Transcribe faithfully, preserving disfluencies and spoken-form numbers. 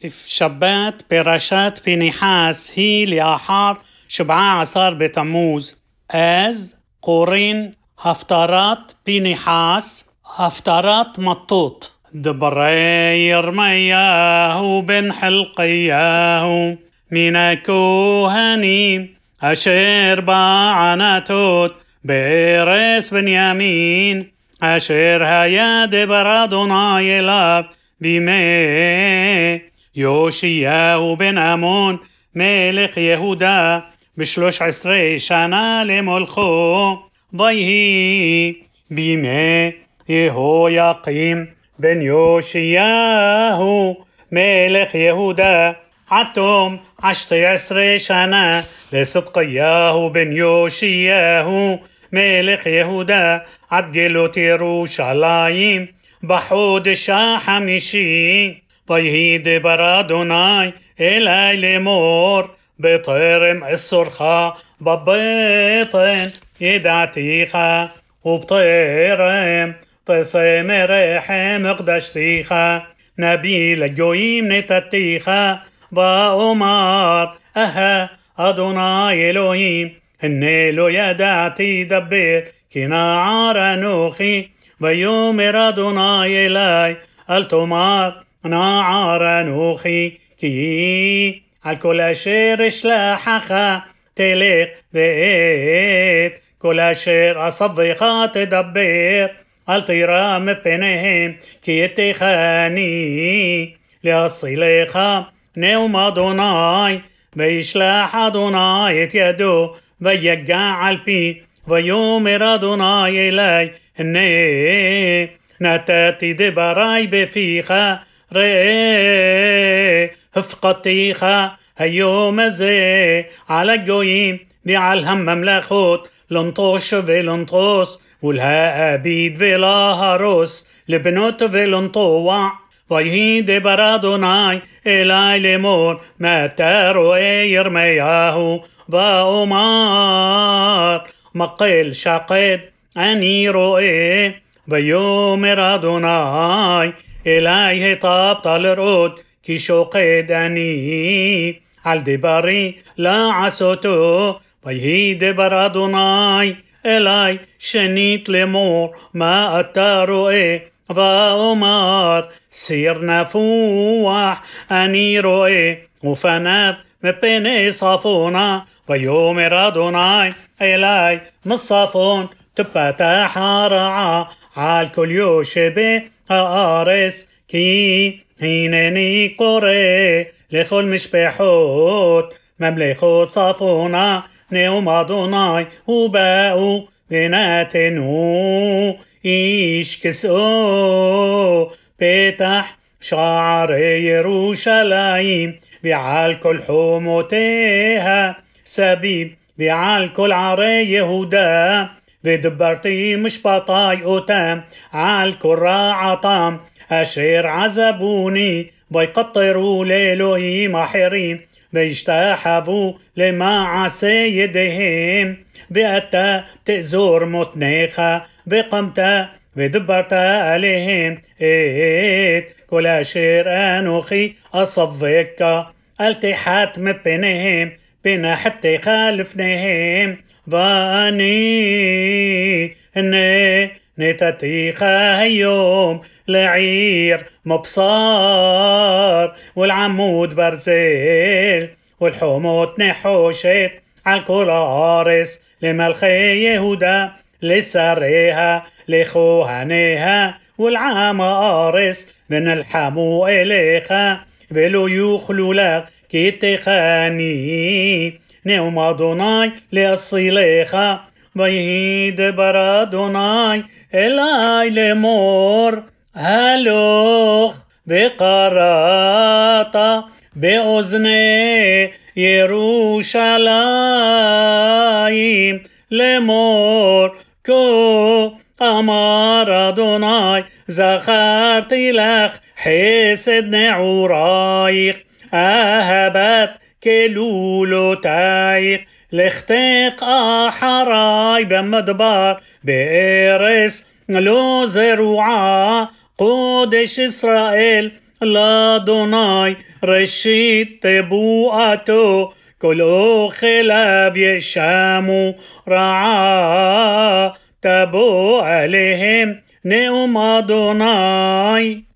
שבת פרשת פנחס היא לאחר שבעה עשר בתמוז. אז קוראים הפטרת פנחס, הפטרת מטות. דברי ירמיהו בן חלקיהו מן הכהנים אשר בענתות בארץ בנימין, אשר היה דבר אדוני אליו בימי יאשיהו בן אמון מלך יהודה בשלוש עשרה שנה למלכו, ויהי בימי יהויקים בן יאשיהו מלך יהודה עד תום שתי עשרה שנה לצדקיהו בן יאשיהו מלך יהודה עד גלות ירושלים בחודש החמישי. ויהי דבר אדוני אלי לאמור, בטרם אסורך בבטן ידעתיך, ובטרם תצא מרחם הקדשתיך, נביא לגויים נתתיך, ואומר אהה אדוני אלוהים, הנה לא ידעתי דבר כי נער אנוכי. ויאמר אדוני אלי, אל תאמר נער אנוכי, כי על כל אשר אשלחך תלך, ואת כל אשר אסבך תדבר. אל תירא מפניהם, כי אתכני להצילך נאום אדוני. וישלח אדוני את ידו ויגע על פי, ויאמר אדוני אלי, הנה נתתי דברי בפיך, ראה הפקדתיך היום הזה על הגויים ועל הממלכות, לנטוש ולנטוס, ולהאביד ולהרוס, לבנות ולנטוע. ויהי דבר אדוני אלי לאמור, מה אתה רואה ירמיהו? ואומר מקל שקד אני רואה. ויאמר אדוני אלי, היטבת לראות כי שוקד אני על דברי לעשותו. ויהי דבר אדוני אלי שנית לאמור, מה אתה רואה? ואומר סיר נפוח אני רואה, ופניו מפני צפונה. ויאמר אדוני אלי, מצפון תפתח הרעה על כל יושבי הארץ, כי הנני קורא לכל משפחות ממלכות צפונה נאום אדוני, ובאו ונתנו איש כסאו פתח שערי ירושלים, ועל כל חומותיה סביב, ועל כל ערי יהודה. ודברתי משפטי אותם על כל רעתם אשר עזבוני, ויקטרו לאלוהים אחרים, וישתחוו למעשה ידיהם. ואתה תאזור מותניך, וקמת ודברת עליהם את כל אשר אנוכי אסבק. אל תחת מפניהם, פנחתך לפניהם. ואני הנה נתתיך היום לעיר מבשר, ולעמוד ברזל, ולחומות נחושת על כל הארץ, למלכי יהודה, לשריה, לכהניה, ולעם הארץ, ונלחמו אליך, ולא יוכלו לך, כי תכני נאום אדוני להצילך. ויהי דבר אדוני אלי לאמור, הלוך וקראת באוזני ירושלים לאמור, כה אמר אדוני, זכרתי לך חסד נעורייך, אהבת כלולותייך, לכתך אחרי במדבר, בארץ לא זרועה, קודש ישראל לאדוני ראשית תבואתו, כל אוכליו ישמו רעה, תבוא עליהם נאום אדוני.